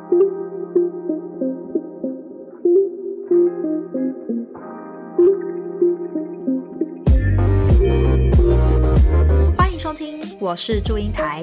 欢迎收听，我是祝英台。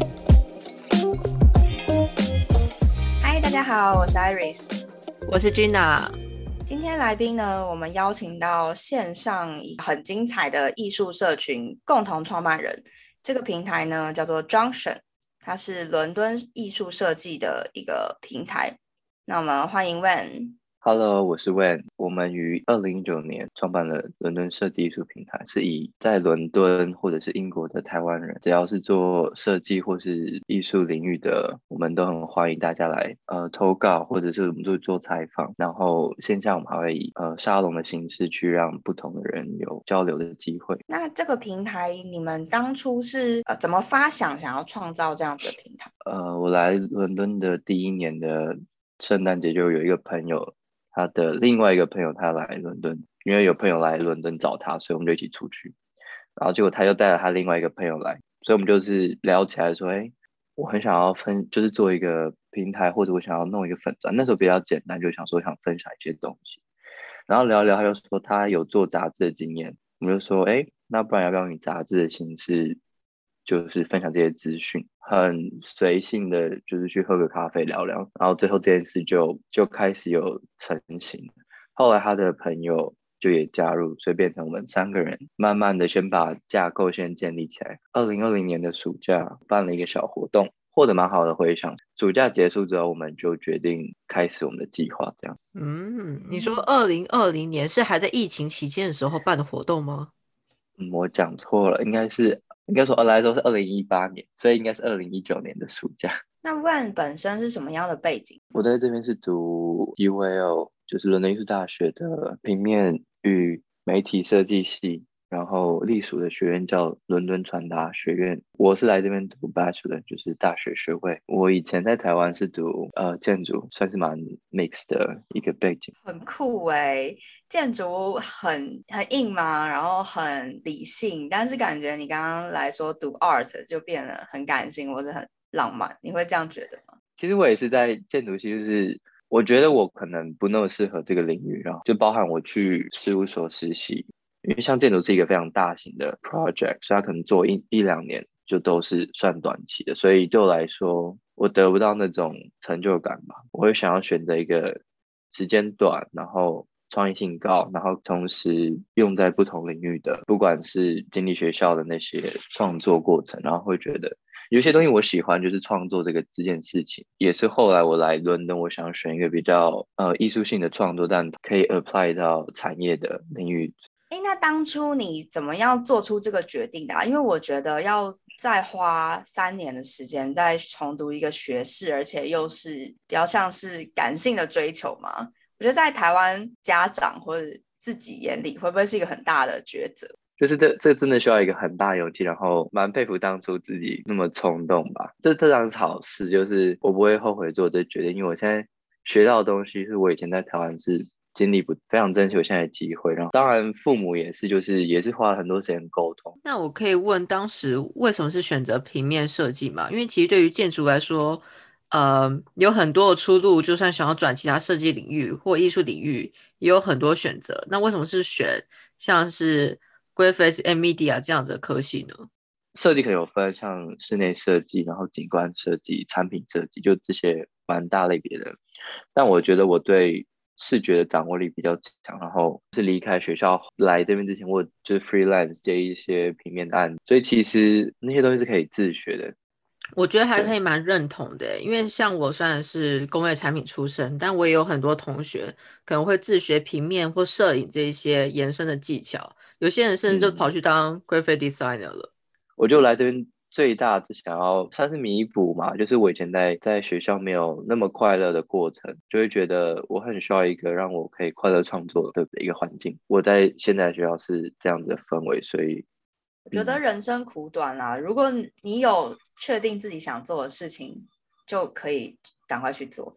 嗨，大家好，我是 Iris， 我是 Gina。 今天来宾呢，我们邀请到线上很精彩的艺术社群共同创办人，这个平台呢叫做 Junction， 它是伦敦艺术设计的一个平台。那我们欢迎 Wen。Hello， 我是 Wen。我们于2019年创办了伦敦设计艺术平台，是以在伦敦或者是英国的台湾人，只要是做设计或是艺术领域的，我们都很欢迎大家来投稿，或者是我们就做采访。然后线下我们还会以沙龙的形式去让不同的人有交流的机会。 那这个平台你们当初是怎么发想要创造这样子的平台？ 我来伦敦的第一年的圣诞节就有一个朋友，他的另外一个朋友他来伦敦，因为有朋友来伦敦找他，所以我们就一起出去。然后结果他又带了他另外一个朋友来，所以我们就是聊起来说，我很想要就是做一个平台，或者我想要弄一个粉专。那时候比较简单，就想说想分享一些东西。然后聊一聊，他就说他有做杂志的经验，我们就说，那不然要不要用杂志的形式，就是分享这些资讯，很随性的，就是去喝个咖啡聊聊，然后最后这件事就开始有成型。后来他的朋友就也加入，所以变成我们3个人，慢慢的先把架构先建立起来。2020年的暑假办了一个小活动，获得蛮好的回响。暑假结束之后，我们就决定开始我们的计划，这样。 你说2020年是还在疫情期间的时候办的活动吗？ 我讲错了，应该说来说是2018年，所以应该是2019年的暑假。 那 Wen 本身是什么样的背景？ 我在这边是读 UAL， 就是伦敦艺术大学的平面与媒体设计系，然后隶属的学院叫伦敦传达学院。我是来这边读 Bachelor， 就是大学学位。我以前在台湾是读建筑，算是蛮 mix 的一个背景。 很酷建筑很硬嘛，然后很理性，但是感觉你刚刚来说读 art 就变得很感性或者很浪漫，你会这样觉得吗？ 其实我也是在建筑系，就是我觉得我可能不那么适合这个领域，然后就包含我去事务所实习，因为像建筑是一个非常大型的 project， 所以它可能做一两年就都是算短期的，所以对我来说，我得不到那种成就感吧。我会想要选择一个时间短，然后创意性高，然后同时用在不同领域的，不管是经历学校的那些创作过程，然后会觉得有些东西我喜欢，就是创作这件事情，也是后来我来伦敦，我想选一个比较艺术性的创作，但可以 apply 到产业的领域。 那当初你怎么样做出这个决定的因为我觉得要再花3年的时间再重读一个学士，而且又是比较像是感性的追求嘛，我觉得在台湾家长或者自己眼里会不会是一个很大的抉择？ 就是这真的需要一个很大勇气，然后蛮佩服当初自己那么冲动吧。这当然是好事，就是我不会后悔做这决定，因为我现在学到的东西是我以前在台湾是经历不，非常珍惜我现在的机会。然后当然父母也是，就是也是花了很多时间沟通。 那我可以问当时为什么是选择平面设计吗？因为其实对于建筑来说，有很多的出路，就算想要转其他设计领域或艺术领域，也有很多选择。那为什么是选像是 Graphics and Media 这样子的科系呢？ 设计可能有分像室内设计，然后景观设计、产品设计，就这些蛮大类别的。但我觉得我对视觉的掌握力比较强，然后是离开学校来这边之前，我就是 freelance 接一些平面的案，所以其实那些东西是可以自学的。 我觉得还可以蛮认同的，因为像我虽然是工业产品出身，但我也有很多同学可能会自学平面或摄影这一些延伸的技巧，有些人甚至就跑去当 graphic designer 了。 我就来这边最大是想要算是弥补嘛，就是我以前在学校没有那么快乐的过程，就会觉得我很需要一个让我可以快乐创作的一个环境。我在现在的学校是这样子的氛围，所以我觉得人生苦短啦，如果你有确定自己想做的事情，就可以赶快去做。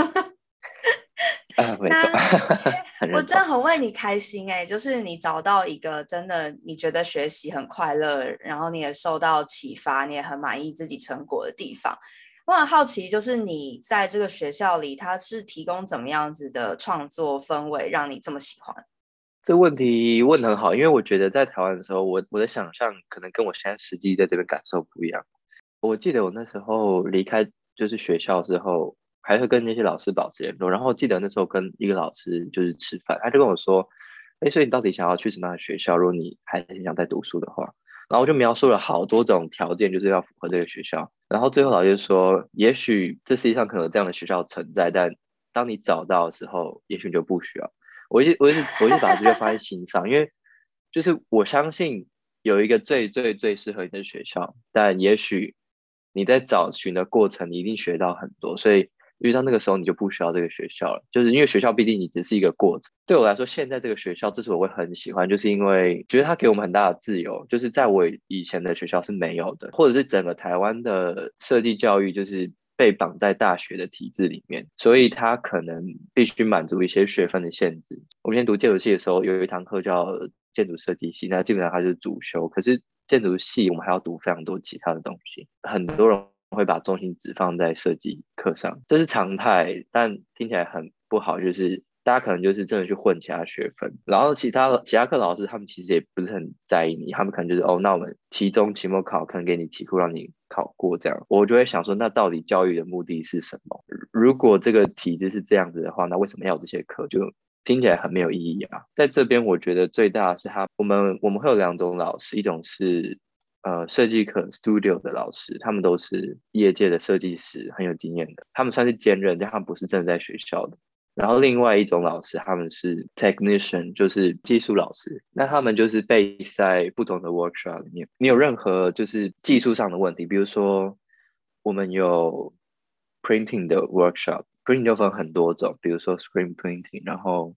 没错。 我真的很为你开心就是你找到一个真的你觉得学习很快乐，然后你也受到启发，你也很满意自己成果的地方。 我很好奇，就是你在这个学校里，它是提供怎么样子的创作氛围，让你这么喜欢？ 这个问题问得很好，因为我觉得在台湾的时候，我的想象可能跟我现在实际在这边感受不一样。我记得我那时候离开就是学校之后，还会跟那些老师保持联络。然后记得那时候跟一个老师就是吃饭，他就跟我说：“哎，所以你到底想要去什么样的学校？如果你还很想再读书的话。”然后我就描述了好多种条件，就是要符合这个学校。然后最后老师就说：“也许这世界上可能有这样的学校存在，但当你找到的时候，也许你就不需要。”我一直把这句话放在心上，因为就是我相信有一个最最最适合你的学校，但也许你在找寻的过程，你一定学到很多，所以遇到那个时候你就不需要这个学校了，就是因为学校毕竟你只是一个过程。对我来说，现在这个学校之所以我会很喜欢，就是因为觉得它给我们很大的自由，就是在我以前的学校是没有的，或者是整个台湾的设计教育就是被绑在大学的体制里面，所以它可能必须满足一些学分的限制。我们以前读建筑系的时候，有一堂课叫建筑设计系，那基本上它就是主修，可是建筑系我们还要读非常多其他的东西，很多人会把重心只放在设计课上，这是常态，但听起来很不好，就是大家可能就是真的去混其他学分，然后其他课老师他们其实也不是很在意你，他们可能就是哦，那我们期中、期末考可能给你题库让你考过这样，我就会想说，那到底教育的目的是什么？如果这个体制是这样子的话，那为什么要有这些课？就听起来很没有意义啊。在这边，我觉得最大的是我们会有两种老师，一种是设计课 studio 的老师，他们都是业界的设计师，很有经验的，他们算是兼任，但他们不是真的在学校的。然后另外一种老师，他们是 technician，就是技术老师。那他们就是被在不同的 workshop 里面。你有任何就是技术上的问题，比如说我们有 printing 的 workshop，printing 就分很多种，比如说 screen printing，然后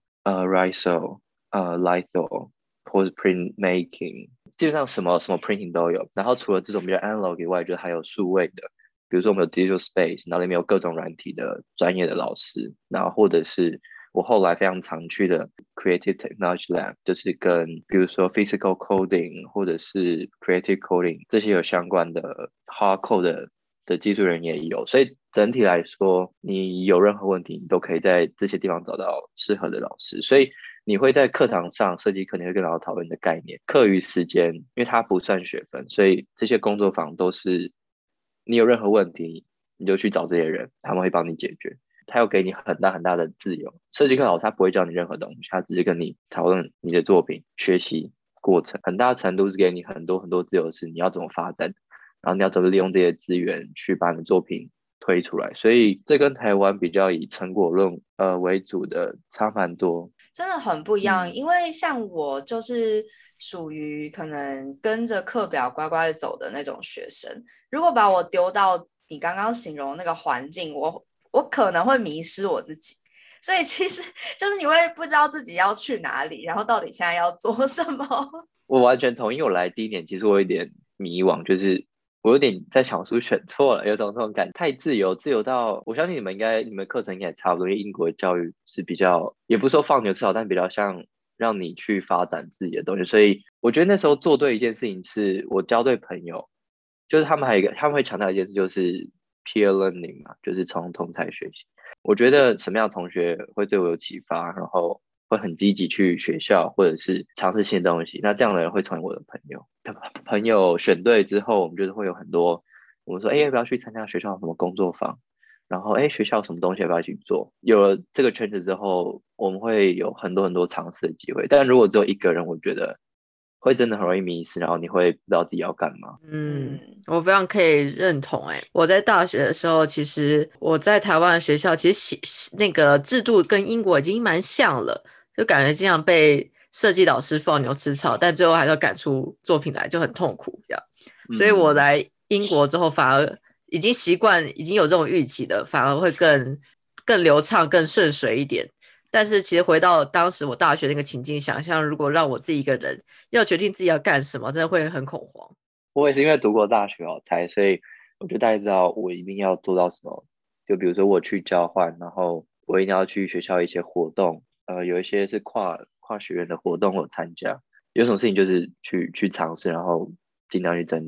Riso，litho，或是 print making，基本上什么 printing 都有。然后除了这种比较 analog 以外，就还有数位的。比如说我们有 Digital Space，然后里面有各种软体的专业的老师，然后或者是我后来非常常去的 Creative Technology Lab，就是跟比如说 Physical Coding 或者是 Creative Coding 这些有相关的 Hard Code 的技术人也有，所以整体来说，你有任何问题，你都可以在这些地方找到适合的老师，所以你会在课堂上设计课，你会跟老师讨论的概念，课余时间，因为它不算学分，所以这些工作坊都是你有任何问题，你就去找这些人，他们会帮你解决。他要给你很大很大的自由。设计课老师他不会教你任何东西，他只是跟你讨论你的作品、学习过程，很大程度是给你很多很多自由，是你要怎么发展，然后你要怎么利用这些资源去把你的作品推出来。所以这跟台湾比较以成果论为主的差蛮多， 真的很不一样。因为像我就是属于可能跟着课表乖乖走的那种学生，如果把我丢到你刚刚形容那个环境，我可能会迷失我自己。所以其实就是你会不知道自己要去哪里，然后到底现在要做什么。 我完全同意。我来第一年，其实我有点迷惘，就是我有点在想书选错了，有种这种感觉，太自由，自由到我相信你们课程应该也差不多，因为英国的教育是比较，也不是说放牛吃草，但比较像让你去发展自己的东西。所以我觉得那时候做对一件事情是，我交对朋友，就是他们还有一个，他们会强调一件事，就是 peer learning 嘛，就是从同才学习。我觉得什么样的同学会对我有启发，然后会很积极去学校或者是尝试新的东西，那这样的人会成为我的朋友。朋友选对之后，我们就是会有很多，我们说，哎，要不要去参加学校什么工作坊？然后，哎，学校有什么东西要不要一起做？有了这个圈子之后，我们会有很多很多尝试的机会。但如果只有一个人，我觉得会真的很容易迷失，然后你会不知道自己要干嘛。 我非常可以认同。我在大学的时候，其实我在台湾的学校，其实那个制度跟英国已经蛮像了，就感觉经常被设计老师放牛吃草，但最后还是要赶出作品来，就很痛苦这样。所以我来英国之后，反而已经习惯，已经有这种预期的，反而会更流畅、更顺水一点。但是其实回到当时我大学那个情境，想象如果让我自己一个人要决定自己要干什么，真的会很恐慌。 我也是因为读过大学我才，所以我就大概知道我一定要做到什么。就比如说我去交换，然后我一定要去学校一些活动，有一些是跨学院的活动我参加，有什么事情就是去尝试，然后尽量去争取。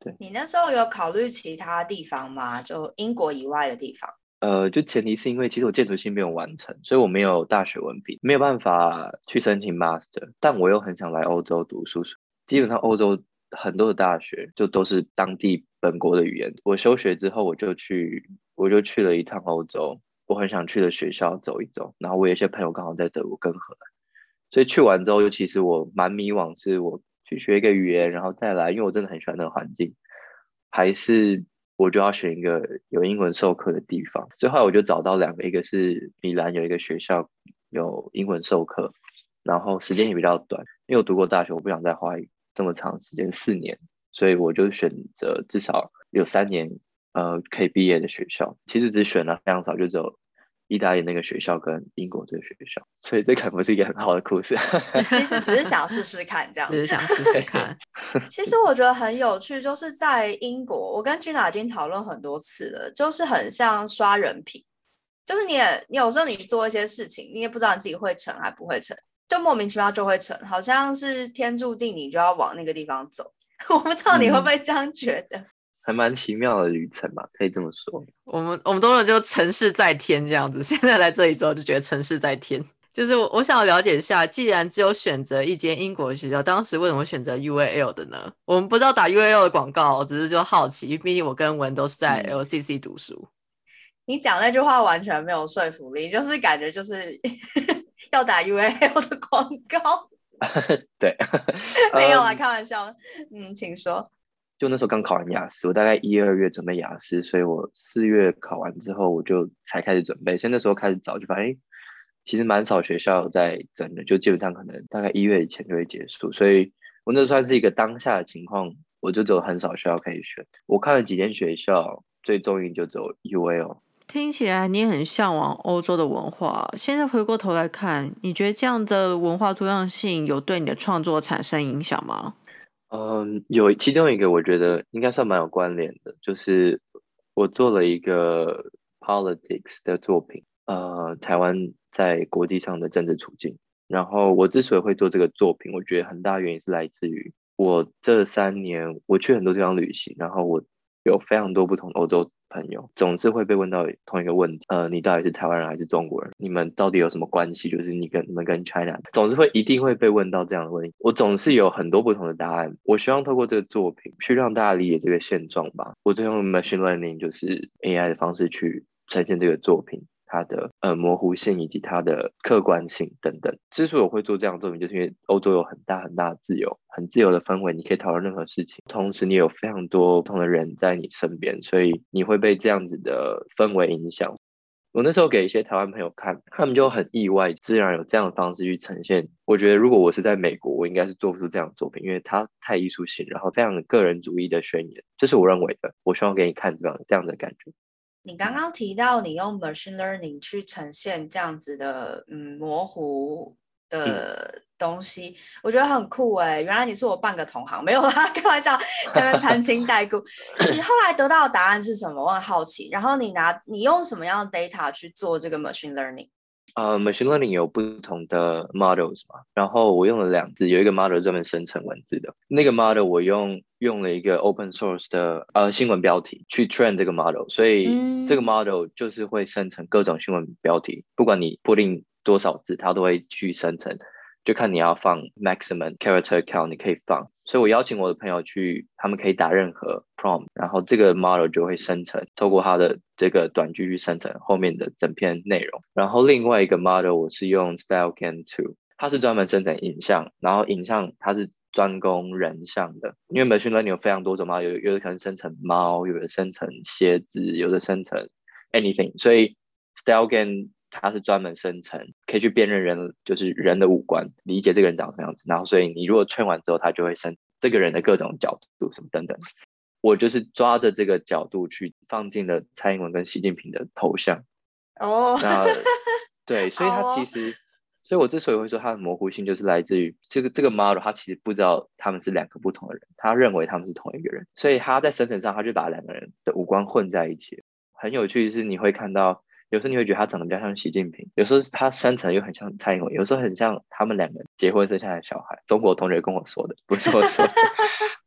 对。 你那时候有考虑其他地方吗？就英国以外的地方？ 就前提是因为其实我建筑系没有完成，所以我没有大学文凭，没有办法去申请 master，但我又很想来欧洲读书，基本上欧洲很多的大学就都是当地本国的语言。我休学之后我就去了一趟欧洲，我很想去的学校走一走，然后我有一些朋友刚好在德国跟荷兰，所以去完之后其实我蛮迷惘，是我去学一个语言然后再来，因为我真的很喜欢那个环境，还是我就要选一个有英文授课的地方。所以后来我就找到两个，一个是米兰有一个学校有英文授课，然后时间也比较短，因为我读过大学，我不想再花这么长时间4年，所以我就选择至少有3年可以毕业的学校。其实只选了非常少，就只有意大利那个学校跟英国这个学校，所以这可能不是一个很好的故事。 其实只是想试试看这样。 只是想试试看。 其实我觉得很有趣，就是在英国，我跟君娜已经讨论很多次了，就是很像刷人品，就是你有时候你做一些事情，你也不知道你自己会成还不会成，就莫名其妙就会成，好像是天注定你就要往那个地方走。我不知道你会不会这样觉得？ 还蛮奇妙的旅程吧，可以这么说。 我们都是就成事在天这样子，现在来这里之后就觉得成事在天。就是我想了解一下，既然只有选择一间英国的学校，当时为什么选择 UAL 的呢？我们不知道打 UAL 的广告，只是就好奇，毕竟我跟文都是在 LCC 读书。 你讲那句话完全没有说服力，就是感觉就是要打 UAL 的广告。 对， 没有啊，开玩笑。请说。 就那时候刚考完雅思，我大概1、2月准备雅思，所以我4月考完之后，我就才开始准备。所以那时候开始找，就发现其实蛮少学校有在整的，就基本上可能大概1月以前就会结束。所以我那算是一个当下的情况，我就只有很少学校可以选。我看了几间学校，最中意就只有 UAL。 听起来你也很向往欧洲的文化，现在回过头来看，你觉得这样的文化多样性有对你的创作产生影响吗？ 有其中一个我觉得应该算蛮有关联的，就是我做了一个 politics 的作品，台湾在国际上的政治处境。然后我之所以会做这个作品，我觉得很大原因是来自于我这3年我去很多地方旅行，然后我有非常多不同的欧洲朋友，总是会被问到同一个问题，你到底是台湾人还是中国人？你们到底有什么关系？就是你们跟 China， 总是一定会被问到这样的问题。我总是有很多不同的答案。我希望透过这个作品去让大家理解这个现状吧。我就用 machine learning， 就是 AI 的方式去呈现这个作品。它的模糊性以及它的客观性等等。之所以我会做这样的作品，就是因为欧洲有很大很大的自由，很自由的氛围，你可以讨论任何事情，同时你有非常多不同的人在你身边，所以你会被这样子的氛围影响。我那时候给一些台湾朋友看，他们就很意外，自然有这样的方式去呈现。我觉得如果我是在美国，我应该是做不出这样的作品，因为它太艺术性，然后非常个人主义的宣言，这是我认为的。我希望给你看这样的感觉。 你刚刚提到你用 machine learning 去呈现这样子的模糊的东西，我觉得很酷耶。原来你是我半个同行，没有啦，开玩笑，在那边攀亲带故。你后来得到的答案是什么？我很好奇。然后你用什么样的 data 去做这个 machine learning？machine learning 有不同的 models 嘛，然后我用了2支，有一个 model 专门生成文字的，那个 model 我用了一个 open source 的新闻标题去 train 这个 model， 所以这个 model 就是会生成各种新闻标题，不管你布定多少字，它都会去生成，就看你要放 maximum character count， 你可以放。所以我邀请我的朋友去，他们可以打任何 prompt， 然后这个 model 就会生成，透过它的这个短句去生成后面的整篇内容。然后另外一个 model 我是用 StyleGAN2， 它是专门生成影像，然后影像它是专攻人像的，因为 machine learning 有非常多种嘛，有的可能生成猫，有的生成蝎子，有的生成 anything， 所以 StyleGAN它是专门生成，可以去辨认人，就是人的五官，理解这个人长什么样子。然后，所以你如果train完之后，它就会生这个人的各种角度什么等等。我就是抓着这个角度去放进了蔡英文跟习近平的头像。那对，所以它其实，所以我之所以会说它的模糊性，就是来自于这个 model， 它其实不知道他们是2个不同的人，他认为他们是同一个人，所以他在生成上，他就把2个人的五官混在一起。很有趣的是，你会看到。有时候你会觉得他长得比较像习近平，有时候他生成又很像蔡英文，有时候很像他们2个结婚生下来的小孩。中国同学跟我说的，不是我说的。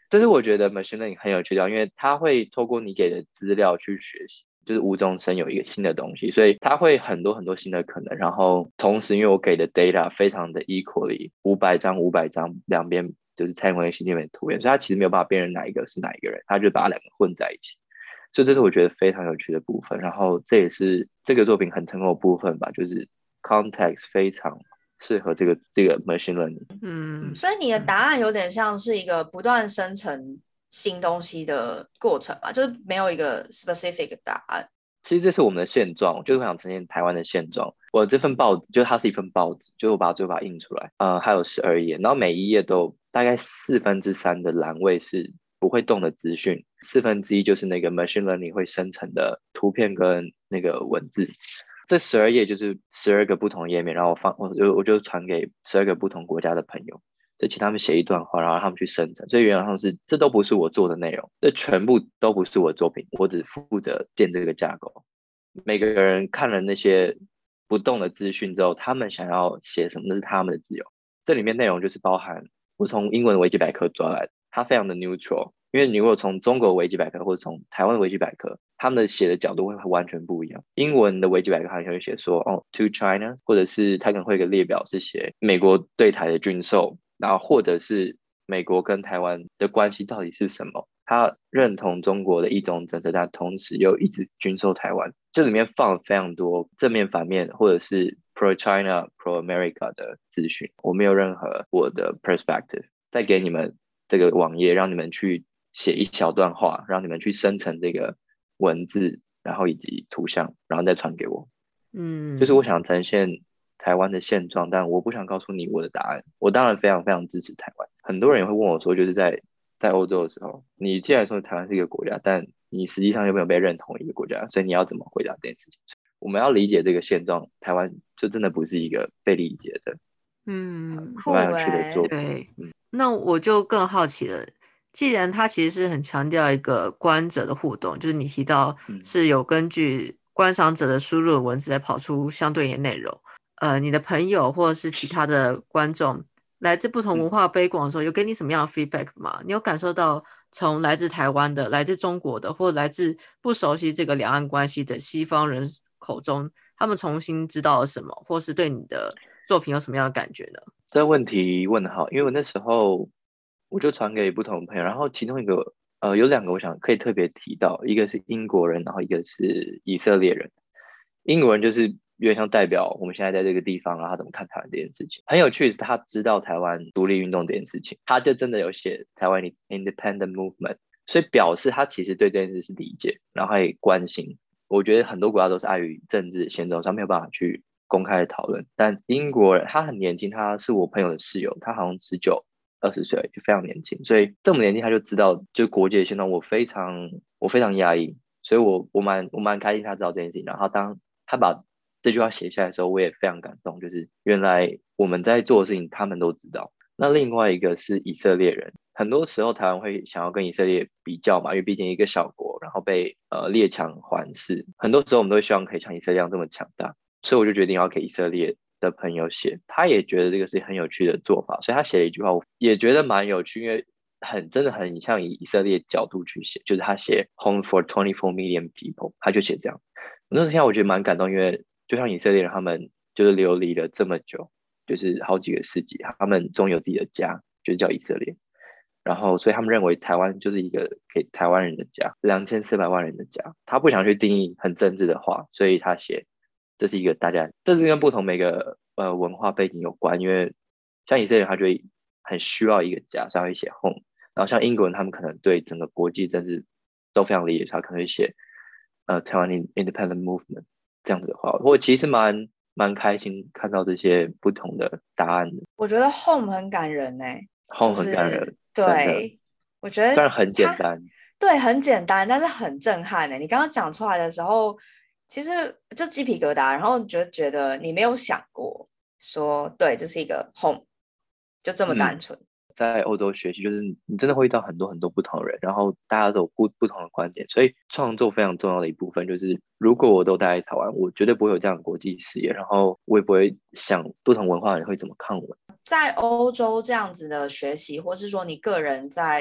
这是我觉得 machine learning 很有趣的，因为它会透过你给的资料去学习，就是无中生有一个新的东西，所以它会很多很多新的可能。然后同时，因为我给的 data 非常的 equally， 500张两边就是蔡英文跟习近平的图片，所以它其实没有办法辨认哪一个是哪一个人，它就把两个混在一起。所以这是我觉得非常有趣的部分。然后这也是这个作品很成功的部分吧，就是 context 非常适合这个 machine learning。 所以你的答案有点像是一个不断生成新东西的过程嘛，就是没有一个 specific 的答案。 其实这是我们的现状，就是我想呈现台湾的现状。我这份报纸，就是它是一份报纸，就是我最后把它印出来，还有12页，然后每一页都大概3/4的栏位是不会动的资讯，1/4就是那个 machine learning 会生成的图片跟那个文字。这12页就是12个不同页面，然后我就传给12个不同国家的朋友，就请他们写一段话，然后他们去生成。所以原来上是这都不是我做的内容，这全部都不是我的作品，我只负责建这个架构。每个人看了那些不动的资讯之后，他们想要写什么那是他们的自由。这里面内容就是包含我从英文维基百科抓来的，它非常的 neutral。因为你如果从中国维基百科或者从台湾的维基百科，他们的写的角度会完全不一样。英文的维基百科它会写说to China， 或者是它可能会有一个列表是写美国对台的军售，然后或者是美国跟台湾的关系到底是什么。他认同中国的一中政策，但同时又一直军售台湾，这里面放了非常多正面反面或者是 pro China pro America 的资讯。我没有任何我的 perspective， 再给你们这个网页，让你们去写一小段话，让你们去生成这个文字，然后以及图像，然后再传给我。就是我想呈现台湾的现状，但我不想告诉你我的答案。我当然非常非常支持台湾。很多人也会问我说，就是在欧洲的时候，你既然说台湾是一个国家，但你实际上又没有被认同一个国家，所以你要怎么回答这件事情？我们要理解这个现状，台湾就真的不是一个被理解的， 酷蛮有趣的作品。 对，那我就更好奇了。既然它其实是很强调一个观者的互动，就是你提到是有根据观赏者的输入的文字来跑出相对应的内容，你的朋友或者是其他的观众来自不同文化背景的时候，有给你什么样的 feedback 吗？你有感受到从来自台湾的、来自中国的，或来自不熟悉这个两岸关系的西方人口中，他们重新知道了什么，或是对你的作品有什么样的感觉呢？ 这问题问得好，因为我那时候我就传给不同的朋友，然后其中一个有2个我想可以特别提到，一个是英国人，然后一个是以色列人。英国人就是有点像代表我们现在在这个地方，然后他怎么看台湾这件事情。很有趣的是，他知道台湾独立运动这件事情，他就真的有写台湾 independent movement， 所以表示他其实对这件事是理解，然后也关心。我觉得很多国家都是碍于政治现状上没有办法去公开的讨论，但英国人他很年轻，他是我朋友的室友，他好像19、20岁，就非常年轻，所以这么年轻他就知道就国际的现状，我非常压抑，所以我蛮开心他知道这件事情。然后当他把这句话写下来的时候，我也非常感动，就是原来我们在做的事情他们都知道。那另外一个是以色列人，很多时候台湾会想要跟以色列比较嘛，因为毕竟一个小国，然后被列强环视，很多时候我们都会希望可以像以色列一样这么强大，所以我就决定要给以色列的朋友写，他也觉得这个是很有趣的做法，所以他写了一句话，我也觉得蛮有趣，因为真的很像以色列角度去写，就是他写 Home for 24 million people， 他就写这样。那时候我觉得蛮感动，因为就像以色列人他们就是流离了这么久，就是好几个世纪，他们终有自己的家，就是叫以色列。然后，所以他们认为台湾就是一个给台湾人的家，2400万人的家。他不想去定义很政治的话，所以他写这是一个大家，这是跟不同每个文化背景有关。因为像以色列人，他就会很需要一个家，所以他会写 home。然后像英国人，他们可能对整个国际政治都非常理解，他可能会写台湾 independent movement 这样子的话，我其实蛮开心看到这些不同的答案的。 我觉得 home 很感人 home 很感人， 对，我觉得虽然很简单， 对，很简单，但是很震撼你刚刚讲出来的时候，其实就鸡皮疙瘩，然后觉得你没有想过说，对，这是一个 home， 就这么单纯。 在欧洲学习，就是你真的会遇到很多很多不同的人，然后大家都有不同的观点，所以创作非常重要的一部分就是，如果我都待在台湾，我绝对不会有这样的国际视野，然后我也不会想不同文化的人会怎么看我。 在欧洲这样子的学习，或是说你个人在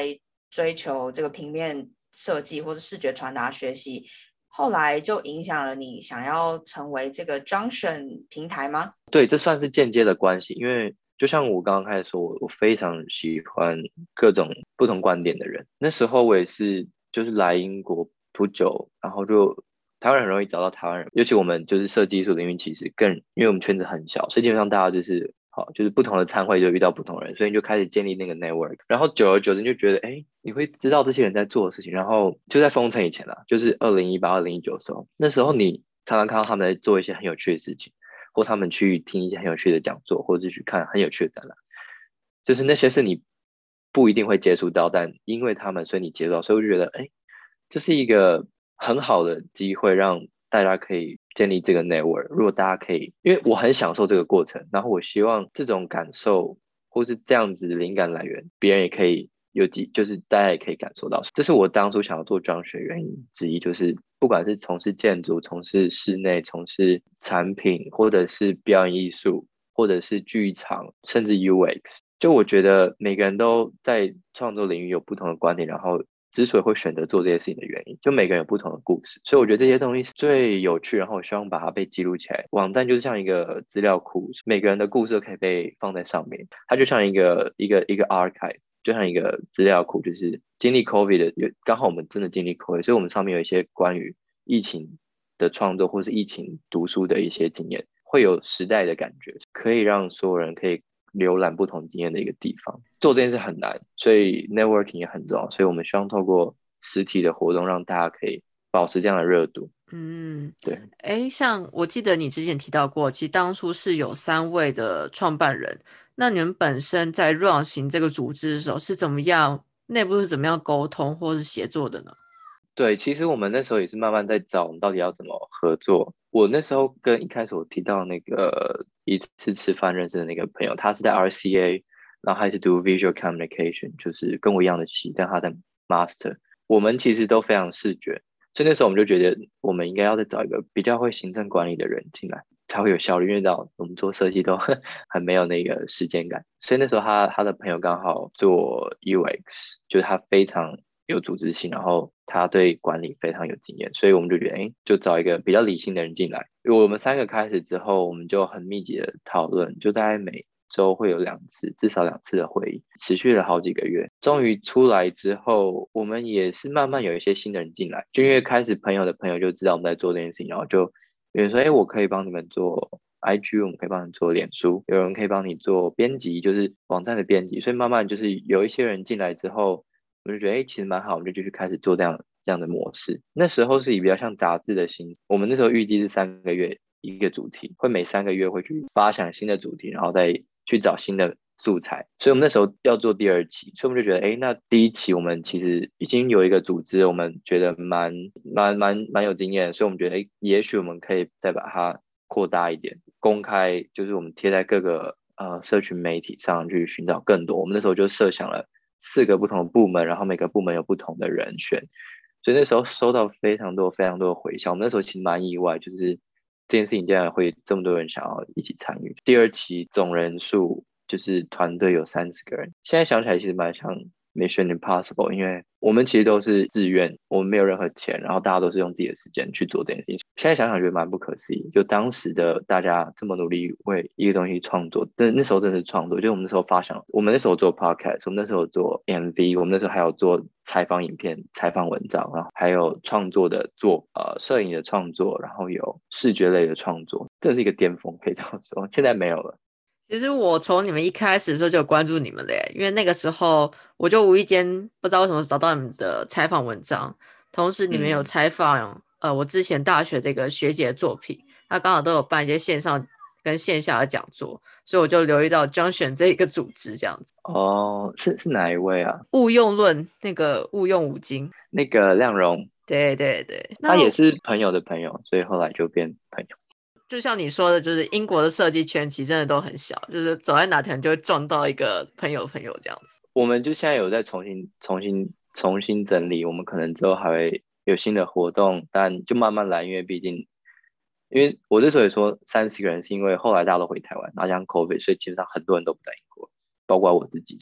追求这个平面设计或是视觉传达学习，后来就影响了你想要成为这个 Junction 平台吗？ 对，这算是间接的关系，因为就像我刚刚开始说，我非常喜欢各种不同观点的人。那时候我也是，就是来英国不久，然后就台湾人很容易找到台湾人，尤其我们就是设计艺术领域，其实更因为我们圈子很小，所以基本上大家就是好，就是不同的餐会就遇到不同人，所以你就开始建立那个 network，然后久而久之你就觉得，哎，你会知道这些人在做的事情，然后就在封城以前啦，就是2018、2019的时候，那时候你常常看到他们在做一些很有趣的事情。或他们去听一些很有趣的讲座，或者是去看很有趣的展览，就是那些是你不一定会接触到，但因为他们，所以你接触到，所以我就觉得，哎，这是一个很好的机会，让大家可以建立这个 network。如果大家可以，因为我很享受这个过程，然后我希望这种感受或是这样子的灵感来源，别人也可以就是大家也可以感受到。这是我当初想要做装学原因之一，就是不管是从事建筑、从事室内、从事产品，或者是表演艺术，或者是剧场，甚至 UX，就我觉得每个人都在创作领域有不同的观点，然后之所以会选择做这些事情的原因，就每个人有不同的故事，所以我觉得这些东西是最有趣，然后我希望把它被记录起来。网站就是像一个资料库，每个人的故事都可以被放在上面，它就像一个 archive。就像一个资料库，就是经历 COVID 的，刚好我们真的经历 COVID，所以我们上面有一些关于疫情的创作或是疫情读书的一些经验，会有时代的感觉，可以让所有人可以浏览不同经验的一个地方。做这件事很难，所以 networking 也很重要，所以我们希望透过实体的活动，让大家可以保持这样的热度。对。 像我记得你之前提到过，其实当初是有3位的创办人，那你们本身在 run 行这个组织的时候是怎么样，内部是怎么样沟通或是协作的呢？ 对，其实我们那时候也是慢慢在找我们到底要怎么合作。我那时候跟一开始我提到那个一次吃饭认识的那个朋友，他是在 RCA，然后还是读 Visual Communication，就是跟我一样的系，但他在 Master。我们其实都非常视觉，所以那时候我们就觉得我们应该要再找一个比较会行政管理的人进来，才会有效率。因为到我们做设计都很没有那个时间感，所以那时候他的朋友刚好做 UX，就是他非常有组织性，然后他对管理非常有经验，所以我们就觉得，哎，就找一个比较理性的人进来。我们3个开始之后，我们就很密集的讨论，就大概每周会有2次，至少2次的会议，持续了好几个月。终于出来之后，我们也是慢慢有一些新的人进来，就因为开始朋友的朋友就知道我们在做这件事情，然后就有人说，哎，我可以帮你们做 IG，我们可以帮你做脸书，有人可以帮你做编辑，就是网站的编辑，所以慢慢就是有一些人进来之后，我就觉得，哎，其实蛮好，我们就继续开始做这样的模式。那时候是以比较像杂志的形式，我们那时候预计是3个月一个主题，会每3个月会去发想新的主题，然后再去找新的素材。所以我们那时候要做第2期，所以我们就觉得，哎，那第1期我们其实已经有一个组织，我们觉得蛮有经验，所以我们觉得，哎，也许我们可以再把它扩大一点，公开，就是我们贴在各个社群媒体上去寻找更多。我们那时候就设想了4个不同的部门，然后每个部门有不同的人选，所以那时候收到非常多非常多的回响。我们那时候其实蛮意外，就是这件事情竟然会这么多人想要一起参与。第2期总人数就是团队有30个人，现在想起来其实蛮像 Mission Impossible，因为我们其实都是自愿，我们没有任何钱，然后大家都是用自己的时间去做这件事情。现在想想觉得蛮不可思议，就当时的大家这么努力为一个东西创作，但那时候真的是创作，就我们那时候发想，我们那时候做 podcast，我们那时候做 MV，我们那时候还有做采访影片、采访文章，然后还有创作的摄影的创作，然后有视觉类的创作，这是一个巅峰，可以这样说。现在没有了。 其实我从你们一开始的时候就有关注你们了耶，因为那个时候我就无意间不知道为什么找到你们的采访文章，同时你们有采访我之前大学的一个学姐的作品，她刚好都有办一些线上跟线下的讲座，所以我就留意到 Junction 这一个组织这样子。 哦，是哪一位啊？ 误用论那个误用五经， 那个亮荣， 对对对，那他也是朋友的朋友，所以后来就变朋友。 就像你说的，就是英国的设计圈其实真的都很小，就是走在哪条就会撞到一个朋友这样子。 我们就现在有在重新整理，我们可能之后还会有新的活动，但就慢慢来，因为毕竟，因为我之所以说30个人，是因为后来大家都回台湾，然后像 COVID，所以基本上很多人都不在英国，包括我自己。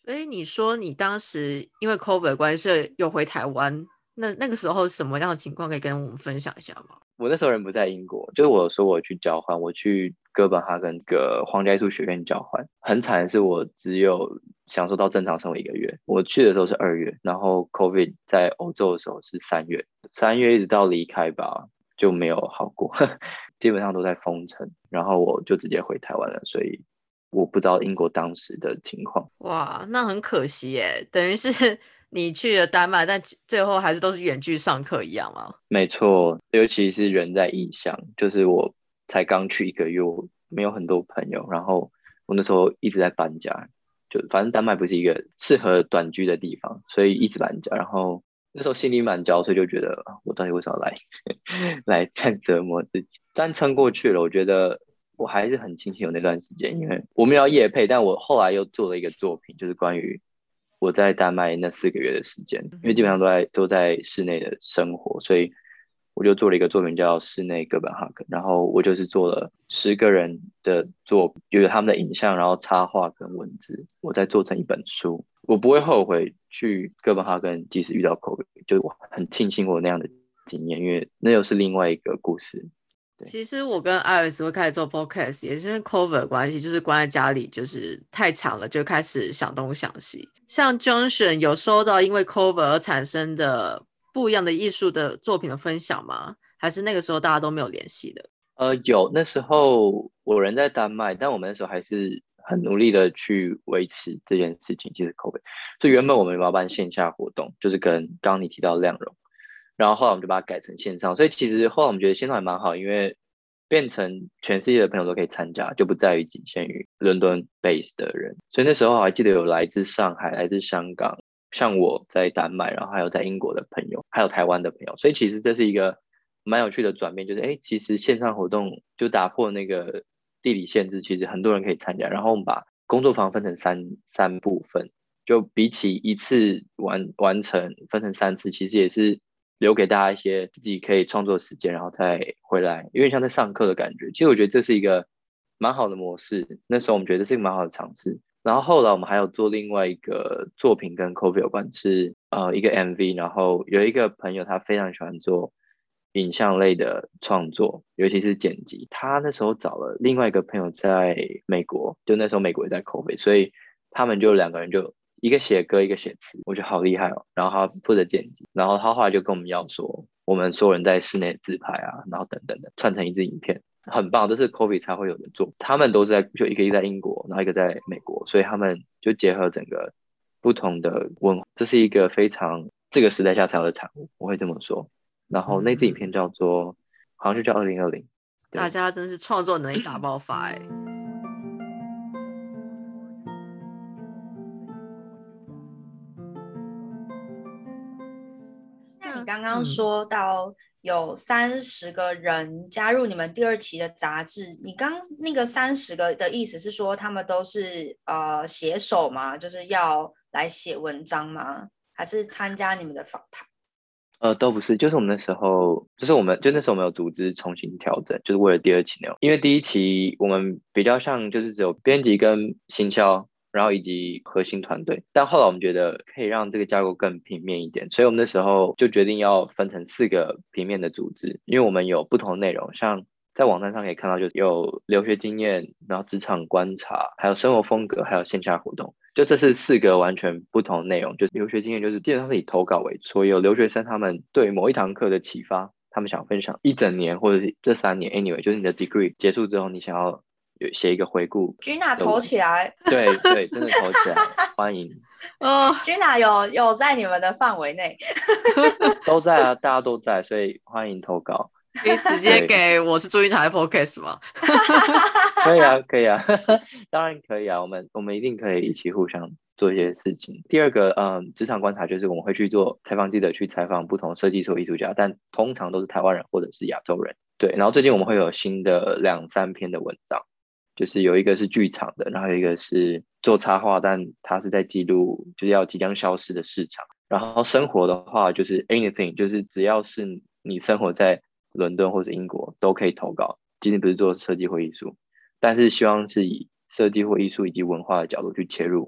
所以你说你当时因为 COVID 的关系所以又回台湾，那个时候是什么样的情况可以跟我们分享一下吗？ 我那时候人不在英国，就是我说我去交换，我去哥本哈根个皇家艺术学院交换。很惨的是，我只有享受到正常生活1个月。我去的时候是2月，然后 COVID 在欧洲的时候是3月，3月一直到离开吧，就没有好过，基本上都在封城，然后我就直接回台湾了，所以我不知道英国当时的情况。 哇，那很可惜耶，等于是你去了丹麦，但最后还是都是远距上课一样吗？ 没错，尤其是人在异乡，就是我才刚去1个月，我没有很多朋友，然后我那时候一直在搬家，就反正丹麦不是一个适合短居的地方，所以一直搬家，然后那时候心里蛮焦，所以就觉得我到底为什么要来来这样折磨自己，但撑过去了，我觉得我还是很庆幸有那段时间，因为我们要业配，但我后来又做了一个作品，就是关于我在丹麦那4个月的时间，因为基本上都在室内的生活，所以我就做了一个作品叫室内哥本哈根，然后我就是做了10个人的作品，就是他们的影像，然后插画跟文字，我再做成一本书。我不会后悔去哥本哈根，即使遇到 COVID，就是我很庆幸我有那样的经验，因为那又是另外一个故事。 其实我跟 Iris 会开始做 podcast 也是因为 COVID 的关系，就是关在家里就是太长了，就开始想东想西。像 Junction 有收到因为 COVID 而产生的不一样的艺术的作品的分享吗？还是那个时候大家都没有联系的？ 有，那时候我人在丹麦，但我们那时候还是很努力的去维持这件事情，其实 COVID。所以原本我们要办线下活动，就是跟刚刚你提到的亮荣，然后后来我们就把它改成线上，所以其实后来我们觉得线上还蛮好，因为变成全世界的朋友都可以参加，就不在于仅限于伦敦 base 的人。所以那时候我还记得有来自上海、来自香港，像我在丹麦，然后还有在英国的朋友，还有台湾的朋友。所以其实这是一个蛮有趣的转变，就是其实线上活动就打破那个地理限制，其实很多人可以参加。然后我们把工作坊分成三部分，就比起一次完成分成3次，其实也是留给大家一些自己可以创作的时间，然后再回来，有点像在上课的感觉。其实我觉得这是一个蛮好的模式，那时候我们觉得这是一个蛮好的尝试。然后后来我们还有做另外一个作品跟 COVID 有关，是一个 MV，然后有一个朋友他非常喜欢做影像类的创作，尤其是剪辑。他那时候找了另外一个朋友在美国，就那时候美国也在 COVID，所以他们就2个人就一个写歌，一个写词，我觉得好厉害哦。然后他负责剪辑，然后他后来就跟我们要说，我们所有人在室内自拍啊，然后等等的串成一支影片，很棒，这是 COVID 才会有的做。他们都是就一个在英国，然后一个在美国，所以他们就结合整个不同的文化，这是一个非常这个时代下才有的产物，我会这么说。然后那支影片叫做，好像就叫2020。 大家真是创作能力大爆发哎！ 那你刚刚说到有30个人加入你们第2期的杂志，你刚那个30个的意思是说他们都是写手吗？就是要来写文章吗？还是参加你们的访谈？ 都不是，就是我们那时候，那时候我们有组织重新调整，就是为了第2期内容，因为第1期我们比较像就是只有编辑跟行销，然后以及核心团队，但后来我们觉得可以让这个架构更平面一点，所以我们那时候就决定要分成4个平面的组织，因为我们有不同的内容，像在网站上可以看到，就是有留学经验，然后职场观察，还有生活风格，还有线下活动。就这是4个完全不同的内容，就是留学经验，就是基本上是以投稿为主，所以有留学生他们对某一堂课的启发，他们想分享1整年或者是这3年 ，anyway， 就是你的 degree 结束之后，你想要写一个回顾。 Gina 投起来， 对，真的投起来，欢迎。 Gina 有在你们的范围内， 都在啊，大家都在，所以欢迎投稿。 可以直接给我是祝英台 podcast 吗？ 可以啊，当然可以啊，我们一定可以一起互相做一些事情。第2个，职场观察就是我们会去做采访记者，去采访不同设计师、艺术家，但通常都是台湾人或者是亚洲人。对，然后最近我们会有新的2-3篇的文章，就是有一个是剧场的，然后有一个是做插画，但它是在记录就是即将消失的市场。然后生活的话就是 anything， 就是只要是你生活在伦敦或是英国都可以投稿，今天不是做设计或艺术，但是希望是以设计或艺术以及文化的角度去切入，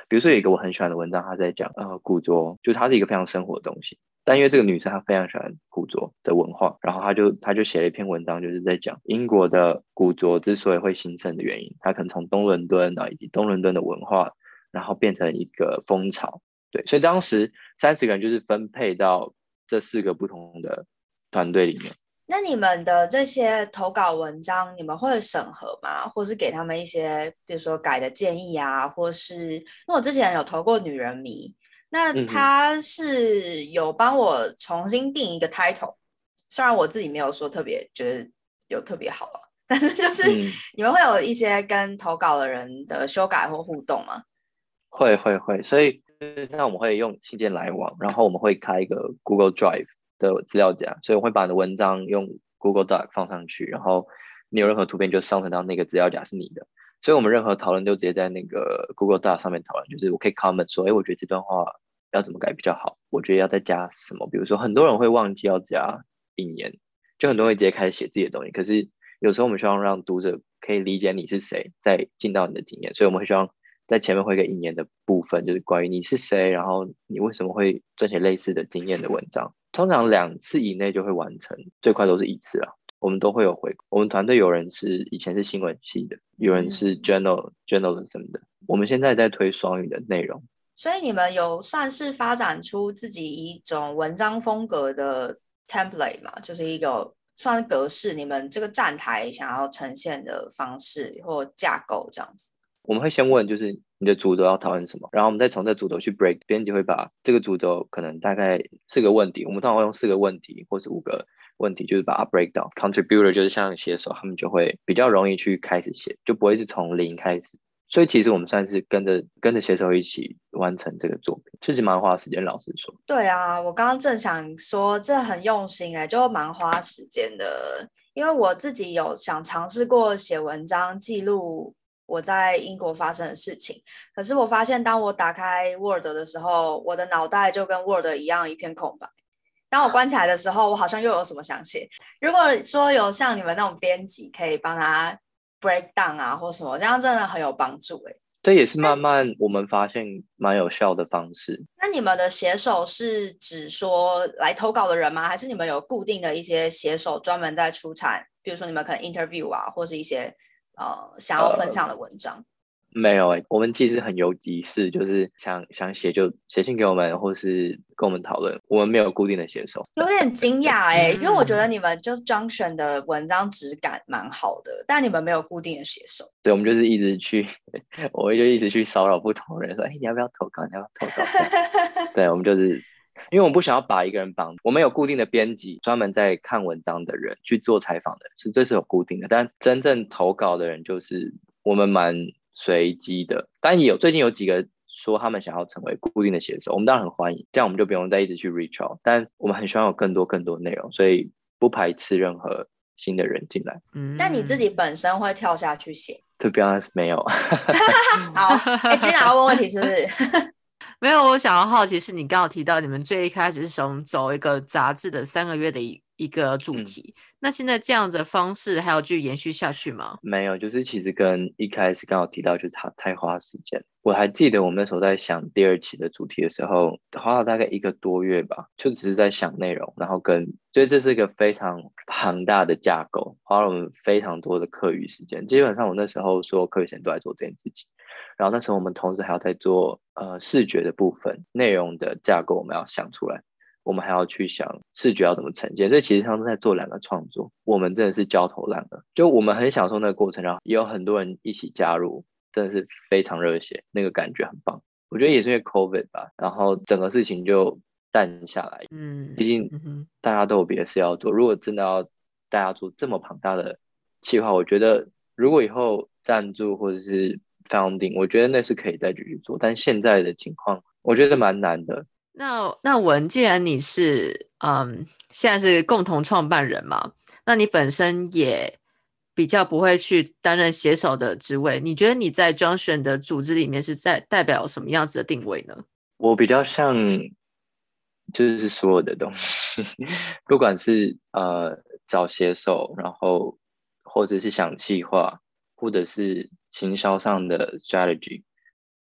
比如说有一个我很喜欢的文章，他在讲古着，就是它是一个非常生活的东西。但因为这个女生她非常喜欢古着的文化，然后她就写了一篇文章，就是在讲英国的古着之所以会兴盛的原因，她可能从东伦敦以及东伦敦的文化，然后变成一个风潮。对，所以当时30个人就是分配到这4个不同的团队里面。 那你们的这些投稿文章，你们会审核吗？或是给他们一些，比如说改的建议啊，或是因为我之前有投过女人迷，那他是有帮我重新定一个 title，虽然我自己没有说特别觉得有特别好，但是就是你们会有一些跟投稿的人的修改或互动吗？ 会，所以那我们会用信件来往，然后我们会开一个 Google Drive 的资料夹，所以我会把你的文章用 Google Doc 放上去，然后你有任何图片就上传到那个资料夹是你的，所以我们任何讨论就直接在那个 Google Doc 上面讨论，就是我可以 comment 说，我觉得这段话要怎么改比较好，我觉得要再加什么，比如说很多人会忘记要加引言，就很多人会直接开始写自己的东西，可是有时候我们希望让读者可以理解你是谁，再进到你的经验，所以我们会希望在前面会有一个引言的部分，就是关于你是谁，然后你为什么会撰写类似的经验的文章。通常2次以内就会完成，最快都是1次啊。我们都会有回馈。我们团队有人以前是新闻系的，有人是 journalism 的。我们现在在推双语的内容。 所以你们有算是发展出自己一种文章风格的 template 嘛？就是一个算是格式，你们这个站台想要呈现的方式或架构这样子。 我们会先问，就是你的主轴要讨论什么，然后我们再从这主轴去 break， 编辑会把这个主轴可能大概4个问题，我们通常会用4个问题或是5个问题，就是把它 break down。contributor 就是像写手，他们就会比较容易去开始写，就不会是从零开始。所以其实我们算是跟着写手一起完成这个作品，其实蛮花时间，老实说。 对啊，我刚刚正想说这很用心就蛮花时间的，因为我自己有想尝试过写文章记录我在英国发生的事情，可是我发现当我打开 Word 的时候，我的脑袋就跟 Word 一样一片空白。当我关起来的时候，我好像又有什么想写。如果说有像你们那种编辑可以帮他 break down 啊或什么，这样真的很有帮助这也是慢慢我们发现蛮有效的方式。 那你们的写手是指说来投稿的人吗？还是你们有固定的一些写手专门在出产，比如说你们可能 interview 啊，或是一些想要分享的文章？ 没有我们其实很有急事，就是想写就写信给我们，或是跟我们讨论。我们没有固定的写手， 有点惊讶因为我觉得你们就是 Junction 的文章质感蛮好的，但你们没有固定的写手。 对，我们就是一直去，我就一直去骚扰不同人，说，你要不要投稿？你要不要投稿？对，我们就是因为我们不想要把一个人绑，我们有固定的编辑，专门在看文章的人去做采访的人，这是有固定的，但真正投稿的人就是我们蛮随机的，但最近有几个说他们想要成为固定的写手，我们当然很欢迎，这样我们就不用再一直去 reach out， 但我们很希望有更多内容，所以不排斥任何新的人进来。 但你自己本身会跳下去写 ？To be honest， 没有。 好，Gina 要问问题是不是？ 没有，我想要好奇是你刚好提到你们最一开始是想走一个杂志的3个月的一个主题，那现在这样子的方式还有继续延续下去吗？ 没有，就是其实跟一开始刚好提到，就是它太花时间。我还记得我们那时候在想第2期的主题的时候，花了大概1个多月吧，就只是在想内容，然后所以这是一个非常庞大的架构，花了我们非常多的课余时间。基本上我那时候所有课余时间都在做这件事情。然后那时候我们同时还要在做视觉的部分，内容的架构我们要想出来，我们还要去想视觉要怎么呈现，所以其实上是在做2个创作，我们真的是焦头烂额，就我们很享受那个过程，然后也有很多人一起加入，真的是非常热血，那个感觉很棒。我觉得也是因为 COVID 吧，然后整个事情就淡下来，毕竟大家都有别的事要做，如果真的要大家做这么庞大的企划，我觉得如果以后赞助或者是 founding， 我觉得那是可以再继续做，但现在的情况我觉得蛮难的。 那文，既然你是现在是共同创办人嘛，那你本身也比较不会去担任写手的职位，你觉得你在 Junction 的组织里面是代表什么样子的定位呢？ 我比较像就是所有的东西不管是找写手，然后或者是想企划，或者是行销上的 strategy，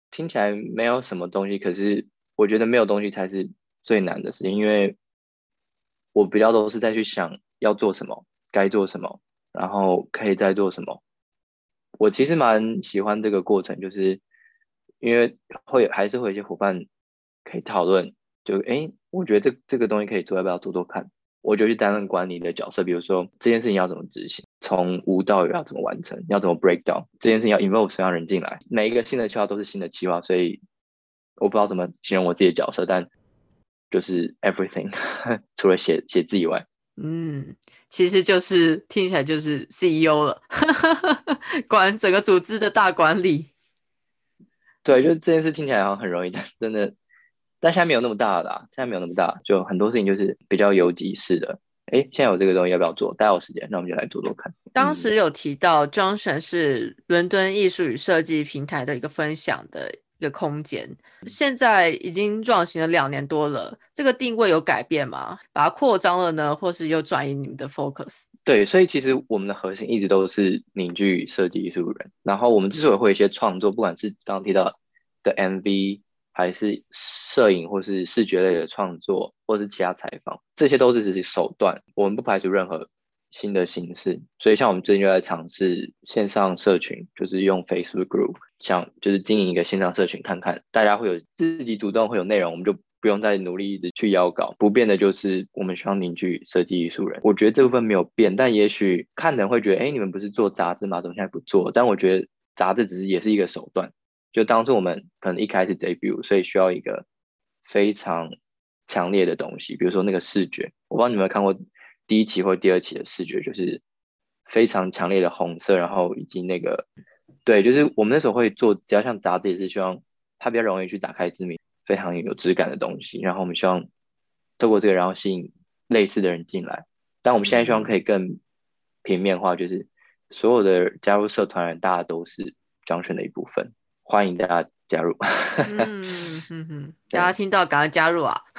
听起来没有什么东西，可是我觉得没有东西才是最难的事情，因为我比较都是在去想要做什么，该做什么，然后可以再做什么。我其实蛮喜欢这个过程，就是因为还是会有一些伙伴可以讨论，就我觉得这个东西可以做，要不要做做看？我就去担任管理的角色，比如说这件事情要怎么执行，从无到有要怎么完成，要怎么 break down，这件事情要 involve 什么样的人进来，每一个新的计划都是新的计划，所以我不知道怎么形容我自己的角色，但就是 everything 除了写字以外。 其实就是听起来就是 CEO 了，管整个组织的大管理。 对，就这件事听起来好像很容易，但真的，但现在没有那么大啦，现在没有那么大，就很多事情就是比较游击式的。现在有这个东西要不要做？大家有时间，那我们就来做做看。 当时有提到 Junction 是伦敦艺术与设计平台的一个分享的一个空间，现在已经壮行了2年多了，这个定位有改变吗？把它扩张了呢，或是又转移你们的 focus？ 对，所以其实我们的核心一直都是凝聚设计艺术人，然后我们之所以会有一些创作，不管是刚刚提到的 MV，还是摄影或是视觉类的创作，或是其他采访，这些都是只是手段，我们不排除任何新的形式。所以像我们最近就在尝试线上社群，就是用 Facebook Group，就是经营一个线上社群，看看大家会有自己主动会有内容，我们就不用再努力一直去邀稿，不变的就是我们需要凝聚设计艺术人。我觉得这部分没有变，但也许看的人会觉得，你们不是做杂志吗？怎么现在不做？但我觉得杂志也是一个手段。就当初我们可能一开始 debut，所以需要一个非常强烈的东西，比如说那个视觉，我不知道你们有没有看过第1期或第2期的视觉，就是非常强烈的红色，然后以及那个，对，就是我们那时候会做，只要像杂志也是希望它比较容易去打开知名，非常有质感的东西，然后我们希望透过这个，然后吸引类似的人进来。但我们现在希望可以更平面化，就是所有的加入社团人，大家都是Junction的一部分。欢迎大家加入。 大家听到赶快加入啊！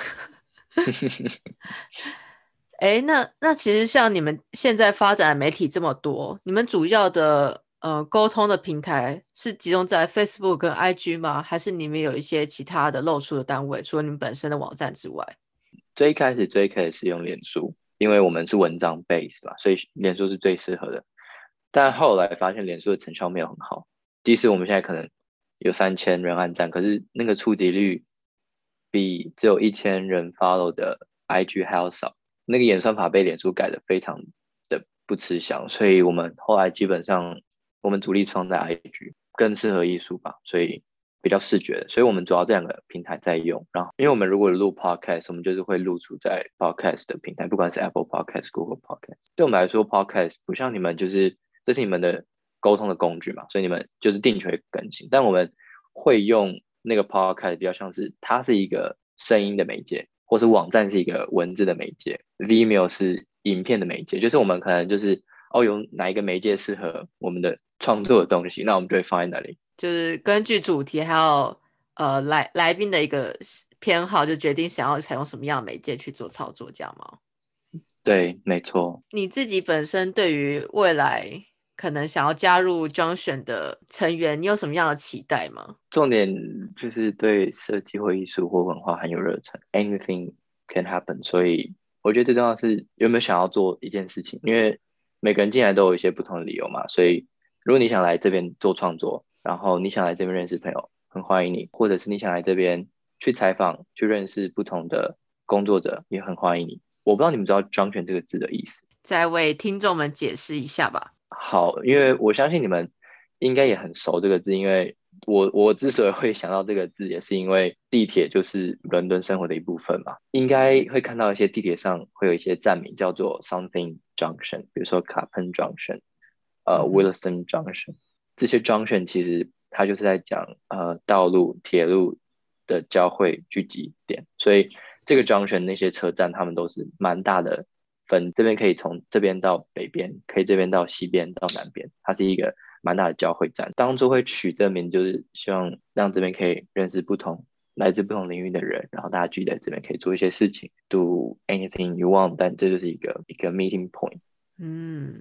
那其实像你们现在发展的媒体这么多，你们主要的沟通的平台是集中在 Facebook 跟 IG 吗？还是你们有一些其他的露出的单位，除了你们本身的网站之外？ 最开始是用脸书，因为我们是文章 base 嘛，所以脸书是最适合的。但后来发现脸书的成效没有很好，即使我们现在可能有3000人按赞，可是那个触及率比只有1000人 follow 的 IG 还要少。那个演算法被脸书改得非常的不吃香，所以我们后来基本上我们主力放在 IG， 更适合艺术吧，所以比较视觉的，所以我们主要这2个平台在用。然后因为我们如果录 Podcast， 我们就是会露出在 Podcast 的平台，不管是 Apple Podcast、Google Podcast。对我们来说 Podcast 不像你们，就是这是你们的沟通的工具嘛，所以你们就是定期会更新，但我们会用那个 Podcast 比较像是它是一个声音的媒介，或是网站是一个文字的媒介， Vimeo 是影片的媒介，就是我们可能就是有哪一个媒介适合我们的创作的东西，那我们就会放在那里， 就是根据主题还有来宾的一个偏好，就决定想要采用什么样的媒介去做操作，这样吗？ 对，没错。 你自己本身对于未来可能想要加入 Junction 的成员，你有什么样的期待吗？ 重点就是对设计或艺术或文化很有热忱 ，anything can happen。所以我觉得最重要的是有没有想要做一件事情，因为每个人进来都有一些不同的理由嘛。所以如果你想来这边做创作，然后你想来这边认识朋友，很欢迎你；或者是你想来这边去采访、去认识不同的工作者，也很欢迎你。我不知道你们知道 "junction" 这个字的意思， 再为听众们解释一下吧。 好，因为我相信你们应该也很熟这个字，因为我之所以会想到这个字，也是因为地铁就是伦敦生活的一部分嘛，应该会看到一些地铁上会有一些站名叫做 something junction， 比如说 Clapham Junction，Williston Junction， 这些 junction 其实它就是在讲道路、铁路的交汇聚集点，所以这个 junction 那些车站，他们都是蛮大的分，这边可以从这边到北边，可以这边到西边到南边，它是一个蛮大的交汇站。当初会取这名，就是希望让这边可以认识来自不同领域的人，然后大家聚在这边可以做一些事情，do anything you want，但这就是一个 meeting point。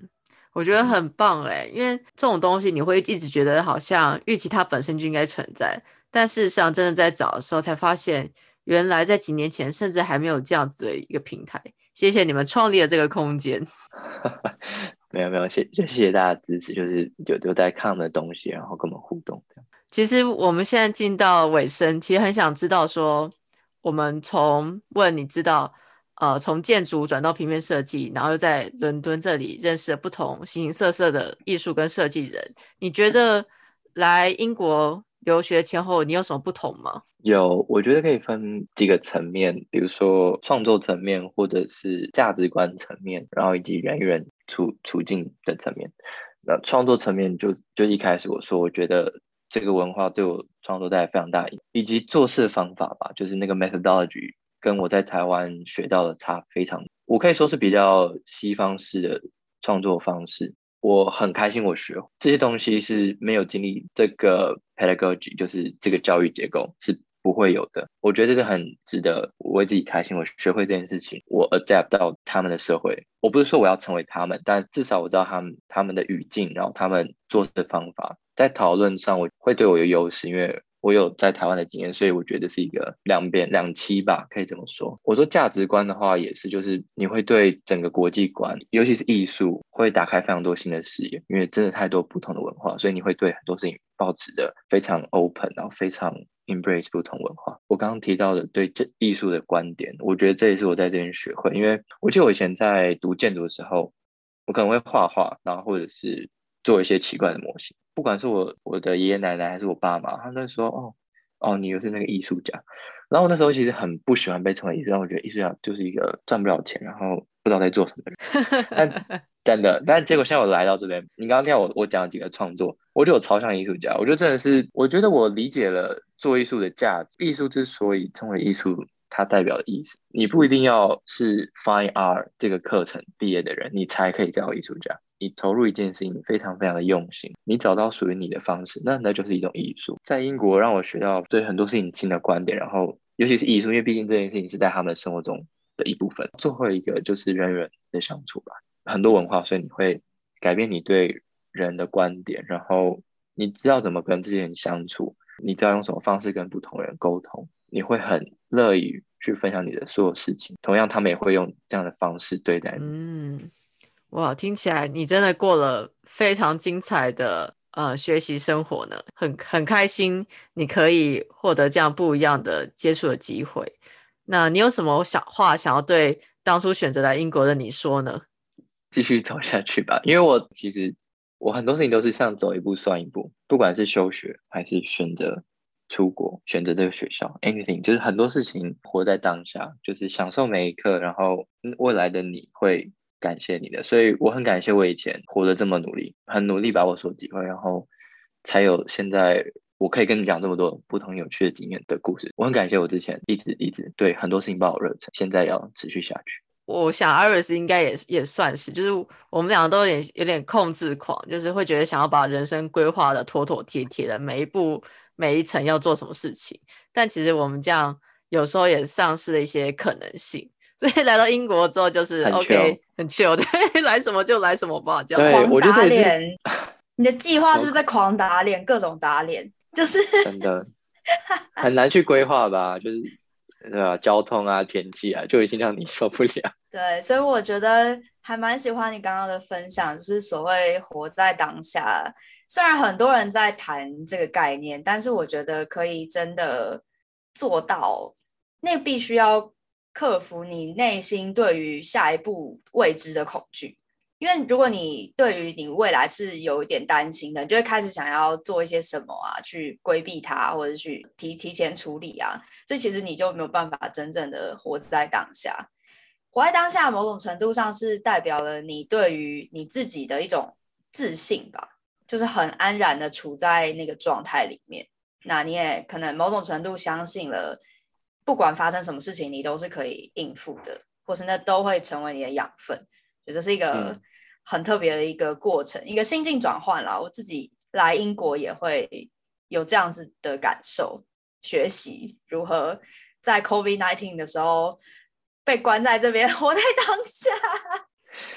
我觉得很棒因为这种东西你会一直觉得好像预期它本身就应该存在，但事实上真的在找的时候才发现，原来在几年前甚至还没有这样子的一个平台。谢谢你们创立了这个空间。 没有，谢谢大家的支持，就是有在看我们的东西，然后跟我们互动这样。 其实我们现在进到尾声，其实很想知道说，我们从问你知道，从建筑转到平面设计，然后又在伦敦这里认识了不同形形色色的艺术跟设计人，你觉得来英国留学前后你有什么不同吗？ 有，我觉得可以分几个层面，比如说创作层面，或者是价值观层面，然后以及人与人处境的层面。那创作层面就一开始我说，我觉得这个文化对我创作带来非常大的影响，以及做事方法吧，就是那个 methodology 跟我在台湾学到的差非常，我可以说是比较西方式的创作方式。我很开心我学这些东西是没有经历这个 pedagogy， 就是这个教育结构是不会有的。我觉得这是很值得我为自己开心，我学会这件事情，我 adapt 到他们的社会。我不是说我要成为他们，但至少我知道他们的语境，然后他们做事的方法，在讨论上我会对我有优势，因为我有在台湾的经验，所以我觉得是一个两栖吧，可以这么说。我说价值观的话也是，就是你会对整个国际观，尤其是艺术，会打开非常多新的视野，因为真的太多不同的文化，所以你会对很多事情抱持的非常 open， 然后非常 embrace 不同文化。我刚刚提到的对这艺术的观点，我觉得这也是我在这边学会，因为我记得我以前在读建筑的时候，我可能会画画，然后或者是做一些奇怪的模型，不管是我的爷爷奶奶还是我爸妈，他们说哦，你又是那个艺术家。然后我那时候其实很不喜欢被称为艺术家，我觉得艺术家就是一个赚不了钱，然后不知道在做什么的人。但真的，但结果现在我来到这边，你刚刚听我讲了几个创作，我觉得我超像艺术家，我觉得真的是，我觉得我理解了做艺术的价值。艺术之所以称为艺术，它代表的意思，你不一定要是 Fine Art 这个课程毕业的人，你才可以叫艺术家。你投入一件事情，你非常非常的用心，你找到属于你的方式，那就是一种艺术。在英国让我学到对很多事情新的观点，然后尤其是艺术，因为毕竟这件事情是在他们的生活中的一部分。最后一个就是人与人的相处吧，很多文化，所以你会改变你对人的观点，然后你知道怎么跟这些人相处，你知道用什么方式跟不同人沟通，你会很乐意去分享你的所有事情，同样他们也会用这样的方式对待你。 哇，听起来你真的过了非常精彩的学习生活呢，很开心你可以获得这样不一样的接触的机会。那你有什么话想要对当初选择来英国的你说呢？ 继续走下去吧，因为其实我很多事情都是像走一步算一步，不管是休学还是选择出国，选择这个学校 anything， 就是很多事情活在当下，就是享受每一刻，然后未来的你会感谢你的。所以我很感谢我以前活得这么努力，很努力把握所有机会，然后才有现在我可以跟你讲这么多不同有趣的经验的故事。我很感谢我之前一直对很多事情抱有热忱，现在要持续下去。 我想 Iris 应该也算是，就是我们两个都有点控制狂，就是会觉得想要把人生规划的妥妥帖帖的，每一步每一层要做什么事情。但其实我们这样有时候也丧失了一些可能性。所以来到英国之后，就是很 OK 很 chill，对，来什么就来什么吧，这样。 对， 狂我觉得打这也是脸，你的计划就是被狂打脸，各种打脸，就是真的很难去规划吧，就是对吧？交通啊、天气啊，就已经让你受不了。 对，所以我觉得还蛮喜欢你刚刚的分享，就是所谓活在当下。虽然很多人在谈这个概念，但是我觉得可以真的做到，那必须要克服你内心对于下一步未知的恐惧。因为如果你对于你未来是有一点担心的，你就会开始想要做一些什么啊，去规避它，或者去提前处理啊，所以其实你就没有办法真正的活在当下。活在当下某种程度上是代表了你对于你自己的一种自信吧，就是很安然的处在那个状态里面。那你也可能某种程度相信了，不管发生什么事情，你都是可以应付的，或是那都会成为你的养分。所以这是一个很特别的一个过程，一个心境转换啦。我自己来英国也会有这样子的感受，学习如何在 COVID-19 的时候被关在这边活在当下。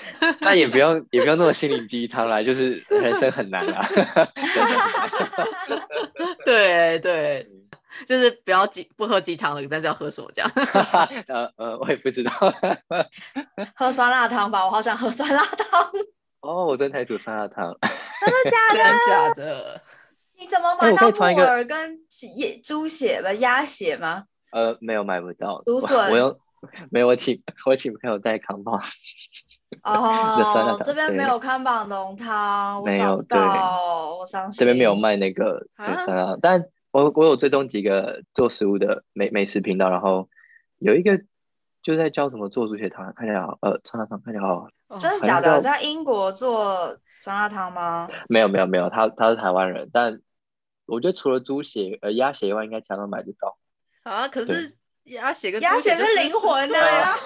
但也不用那么心灵鸡汤啦，就是人生很难啦，人生很难。 对对，就是不喝鸡汤了，但是要喝什么这样？ 我也不知道。 喝酸辣汤吧，我好想喝酸辣汤。 哦，我真的才煮酸辣汤。 真的假的？ 真的假的？ 你怎么哎，我可买到木以传一个。 耳跟猪血吧？鸭血吗？ 没有买不到， 芦笋。 没有我请朋友带康宝的酸辣哦，这汤。 边没有对， 看榜浓汤，我没有， 找不对， 到，我伤这边没有心。 卖那个对啊？ 酸辣汤，但我有追踪几个做食物的美食频道，然后有一个就在教什么做猪血汤，看起来好，酸辣汤看起来好， 哦， 真的假的？ 好像叫在英国做酸辣汤吗？ 没有，他是台湾人，但我觉得除了猪血鸭血以外，应该其他都买得到。 啊，可对。 是鸭血跟鸭猪血就是血灵魂对啊！ 啊，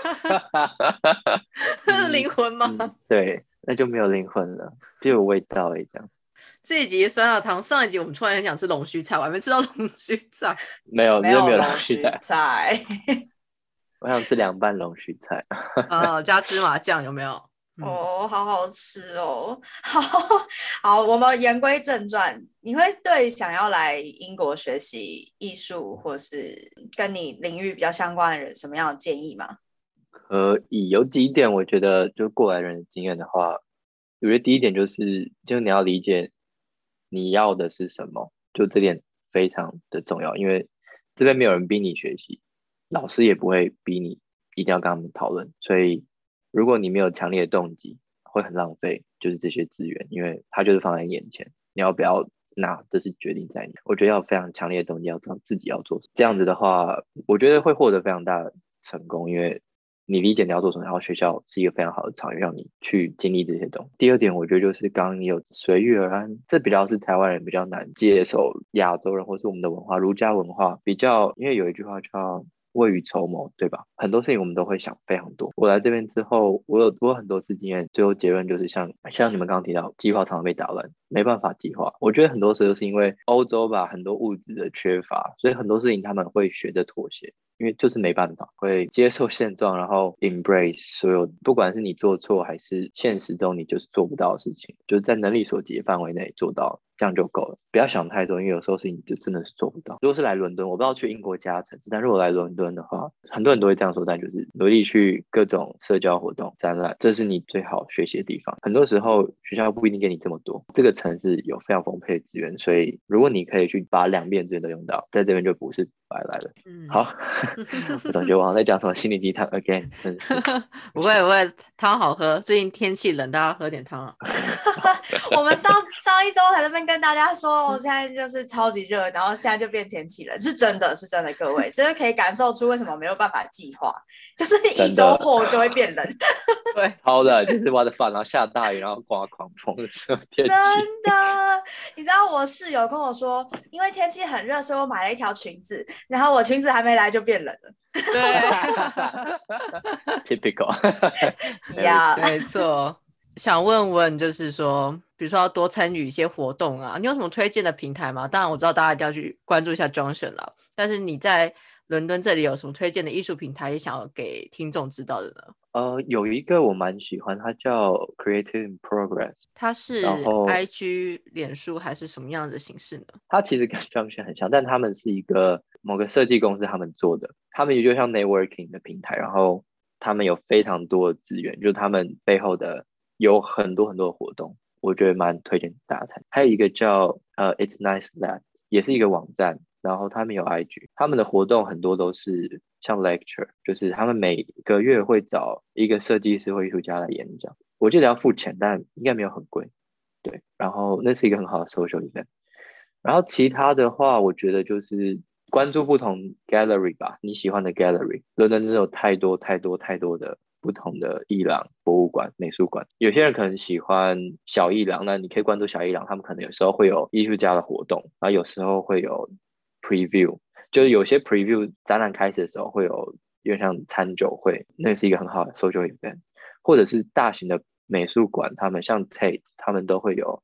灵魂吗？ 对，那就没有灵魂了，就有味道这样。 这一集酸辣汤，上一集我们突然很想吃龙须菜，我还没吃到龙须菜。 没有， 没有这边没有龙龙须须菜， 菜。 我想吃凉拌龙须菜。 加芝麻酱有没有？ 哦，好好吃哦！好好，我们言归正传，你会对想要来英国学习艺术，或是跟你领域比较相关的人，什么样的建议吗？ 可以有几点，我觉得就过来人的经验的话，我觉得第一点就是你要理解你要的是什么，就这点非常的重要，因为这边没有人逼你学习，老师也不会逼你一定要跟他们讨论，所以如果你没有强烈的动机，会很浪费，就是这些资源，因为它就是放在眼前，你要不要拿，这是决定在你。我觉得要有非常强烈的动机，要知道自己要做什么，这样子的话，我觉得会获得非常大的成功，因为你理解你要做什么，然后学校是一个非常好的场域，让你去经历这些东西。第二点，我觉得就是刚刚你有随遇而安，这比较是台湾人比较难接受亚洲人或是我们的文化，儒家文化比较，因为有一句话叫未雨绸缪，对吧？很多事情我们都会想非常多。我来这边之后，我有很多次经验，最后结论就是像你们刚刚提到，计划常常被打乱，没办法计划。我觉得很多时候是因为欧洲吧，很多物质的缺乏，所以很多事情他们会学着妥协。因为就是没办法，会接受现状，然后 embrace 所有，不管是你做错还是现实中你就是做不到的事情，就是在能力所及的范围内做到，这样就够了。不要想太多，因为有时候事情就真的是做不到。如果是来伦敦，我不知道去英国其他城市，但如果来伦敦的话，很多人都会这样说，但就是努力去各种社交活动、展览，这是你最好学习的地方。很多时候学校不一定给你这么多，这个城市有非常丰沛的资源，所以如果你可以去把两边资源都用到，在这边就不是白来了。好。我总觉得我好像在讲什么心灵鸡汤 again，真是不会不会，汤好喝。最近天气冷，大家喝点汤啊。 我们上一周才在那边跟大家说，现在就是超级热，然后现在就变天气了，是真的，是真的，各位，真的可以感受出为什么没有办法计划，就是一周后就会变冷。 对， 超的，就是 what the fuck，然后下大雨，然后刮狂风的这种天气。 真的，你知道我室友跟我说，因为天气很热，所以我买了一条裙子，然后我裙子还没来就变冷了。 对 ，typical 呀， 没错。想问问，就是说，比如说要多参与一些活动啊，你有什么推荐的平台吗？当然我知道大家一定要去关注一下 Junction 啦，但是你在伦敦这里有什么推荐的艺术平台，也想要给听众知道的呢？ 有一个我蛮喜欢，它叫 Creative in Progress， 它是然后 IG、脸书还是什么样的形式呢？ 它其实跟 Junction 很像，但他们是一个某个设计公司他们做的，他们也就像 networking 的平台，然后他们有非常多的资源，就是他们背后的有很多很多的活动，我觉得蛮推荐大家参。还有一个叫It's Nice That， 也是一个网站，然后他们有 IG， 他们的活动很多都是像 lecture， 就是他们每个月会找一个设计师或艺术家来演讲，我记得要付钱，但应该没有很贵。对，然后那是一个很好的 social event。然后其他的话，我觉得就是关注不同 gallery 吧，你喜欢的 gallery。伦敦真的有太多太多太多的不同的艺廊、博物馆、美术馆。有些人可能喜欢小艺廊，那你可以关注小艺廊，他们可能有时候会有艺术家的活动，然后有时候会有 preview， 就是有些 preview 展览开始的时候会有点像餐酒会，那是一个很好的 social event， 或者是大型的美术馆，他们像 Tate， 他们都会有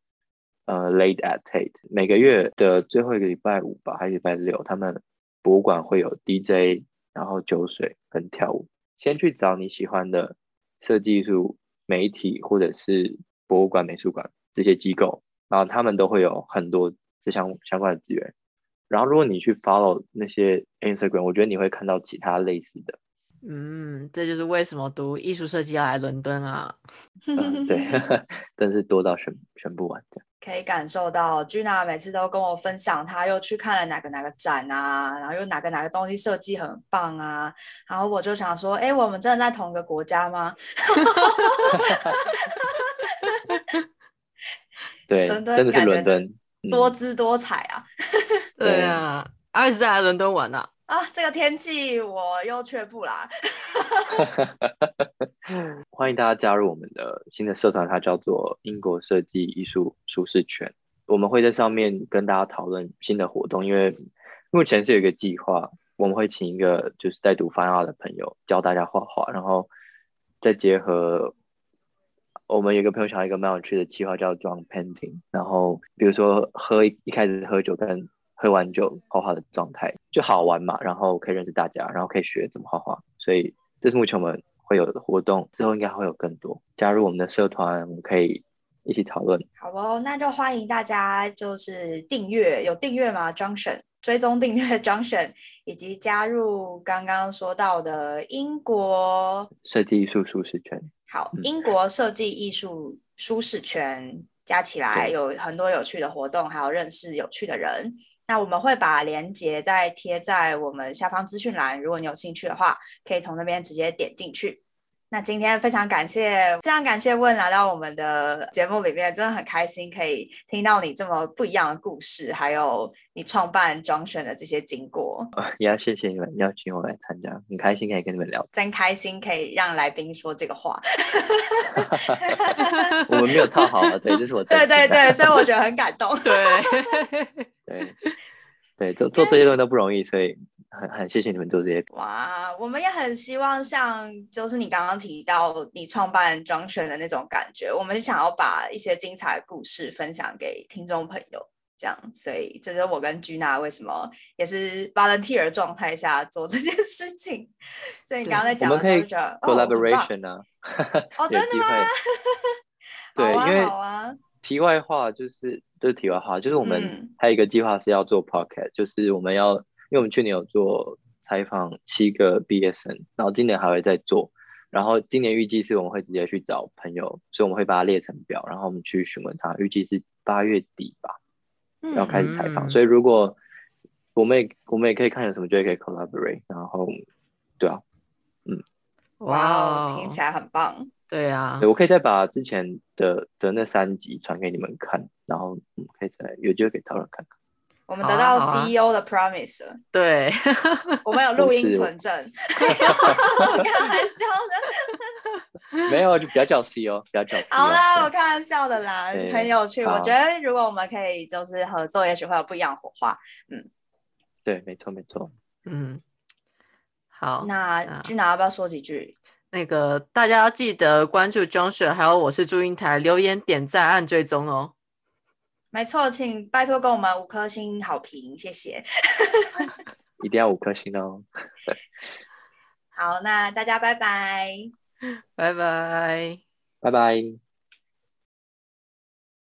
Late at Tate， 每个月的最后一个礼拜五吧，还是礼拜六，他们博物馆会有 DJ， 然后酒水跟跳舞。先去找你喜欢的设计艺术媒体或者是博物馆、美术馆这些机构，然后他们都会有很多相关的资源。然后如果你去 follow 那些 Instagram， 我觉得你会看到其他类似的。 这就是为什么读艺术设计要来伦敦啊。 对，真是多到选不完的。 可以感受到 Gina 每次都跟我分享，她又去看了哪个展啊，然后又哪个东西设计很棒啊，然后我就想说，我们真的在同一个国家吗？ 对， 伦真的是敦感觉伦敦， 多姿多彩啊。 对啊，阿是在来伦敦玩啊。 这个天气我又却步啦。 欢迎大家加入我们的新的社团，它叫做英国设计艺术舒适圈。我们会在上面跟大家讨论新的活动，因为目前是有一个计划，我们会请一个就是在读 Fine Art 的朋友教大家画画，然后再结合我们有一个朋友想要一个蛮有趣的计划叫 Drunk Painting，然后比如说一开始喝酒跟喝完酒画画的状态就好玩嘛，然后可以认识大家，然后可以学怎么画画，所以这是目前我们会有的活动，之后应该会有更多。加入我们的社团，我们可以一起讨论。 好哦，那就欢迎大家就是订阅，有订阅吗 ？Junction 追踪订阅 Junction， 以及加入刚刚说到的英国设计艺术舒适圈。 好，英国设计艺术舒适圈加起来有很多有趣的活动，还有认识有趣的人。那我们会把连结再贴在我们下方资讯栏，如果你有兴趣的话，可以从那边直接点进去。那今天非常感谢问来到我们的节目里面，真的很开心可以听到你这么不一样的故事，还有你创办Junction的这些经过。 也要谢谢你们邀请我来参加，很开心可以跟你们聊。 真开心可以让来宾说这个话。 我们没有套好啊，对，这是我对对对，所以我觉得很感动。 对，做这些东西都不容易，所以很谢谢你们做这些。 哇，我们也很希望像就是你刚刚提到你创办 Junction 的那种感觉，我们想要把一些精彩的故事分享给听众朋友，这样，所以这就是我跟 Gina 为什么也是 volunteer 状态下做这件事情。所以你刚刚在讲的时候就觉得 collaboration 啊， 真的吗？ 对，因为好啊。 题外话就是题外话，就是我们还有一个计划是要做 podcast，就是因为我们去年有做采访7个毕业生，然后今年还会再做，然后今年预计是我们会直接去找朋友，所以我们会把它列成表，然后我们去询问他，预计是8月底吧，要开始采访，所以如果我们也可以看有什么就可以 collaborate， 然后对啊， 哇，听起来很棒。 对啊， 我可以再把之前的那3集传给你们看，然后可以再有机会可以讨论看看。 我们得到 CEO 的 promise 了。 对， 我们有录音存证。我开玩笑的。没有，就不要叫 CEO，不要叫 CEO。 好啦，我开玩笑的啦，很有趣。我觉得如果我们可以就是合作，也许会有不一样的火花。 对，没错没错。 好， 那Gina要不要说几句？ 那个大家要记得关注 Junction， 还有我是祝英台，留言点赞按追踪哦。 没错，请拜托给我们5颗星好评，谢谢。 一定要5颗星哦。 好，那大家拜拜。 拜拜。 拜拜。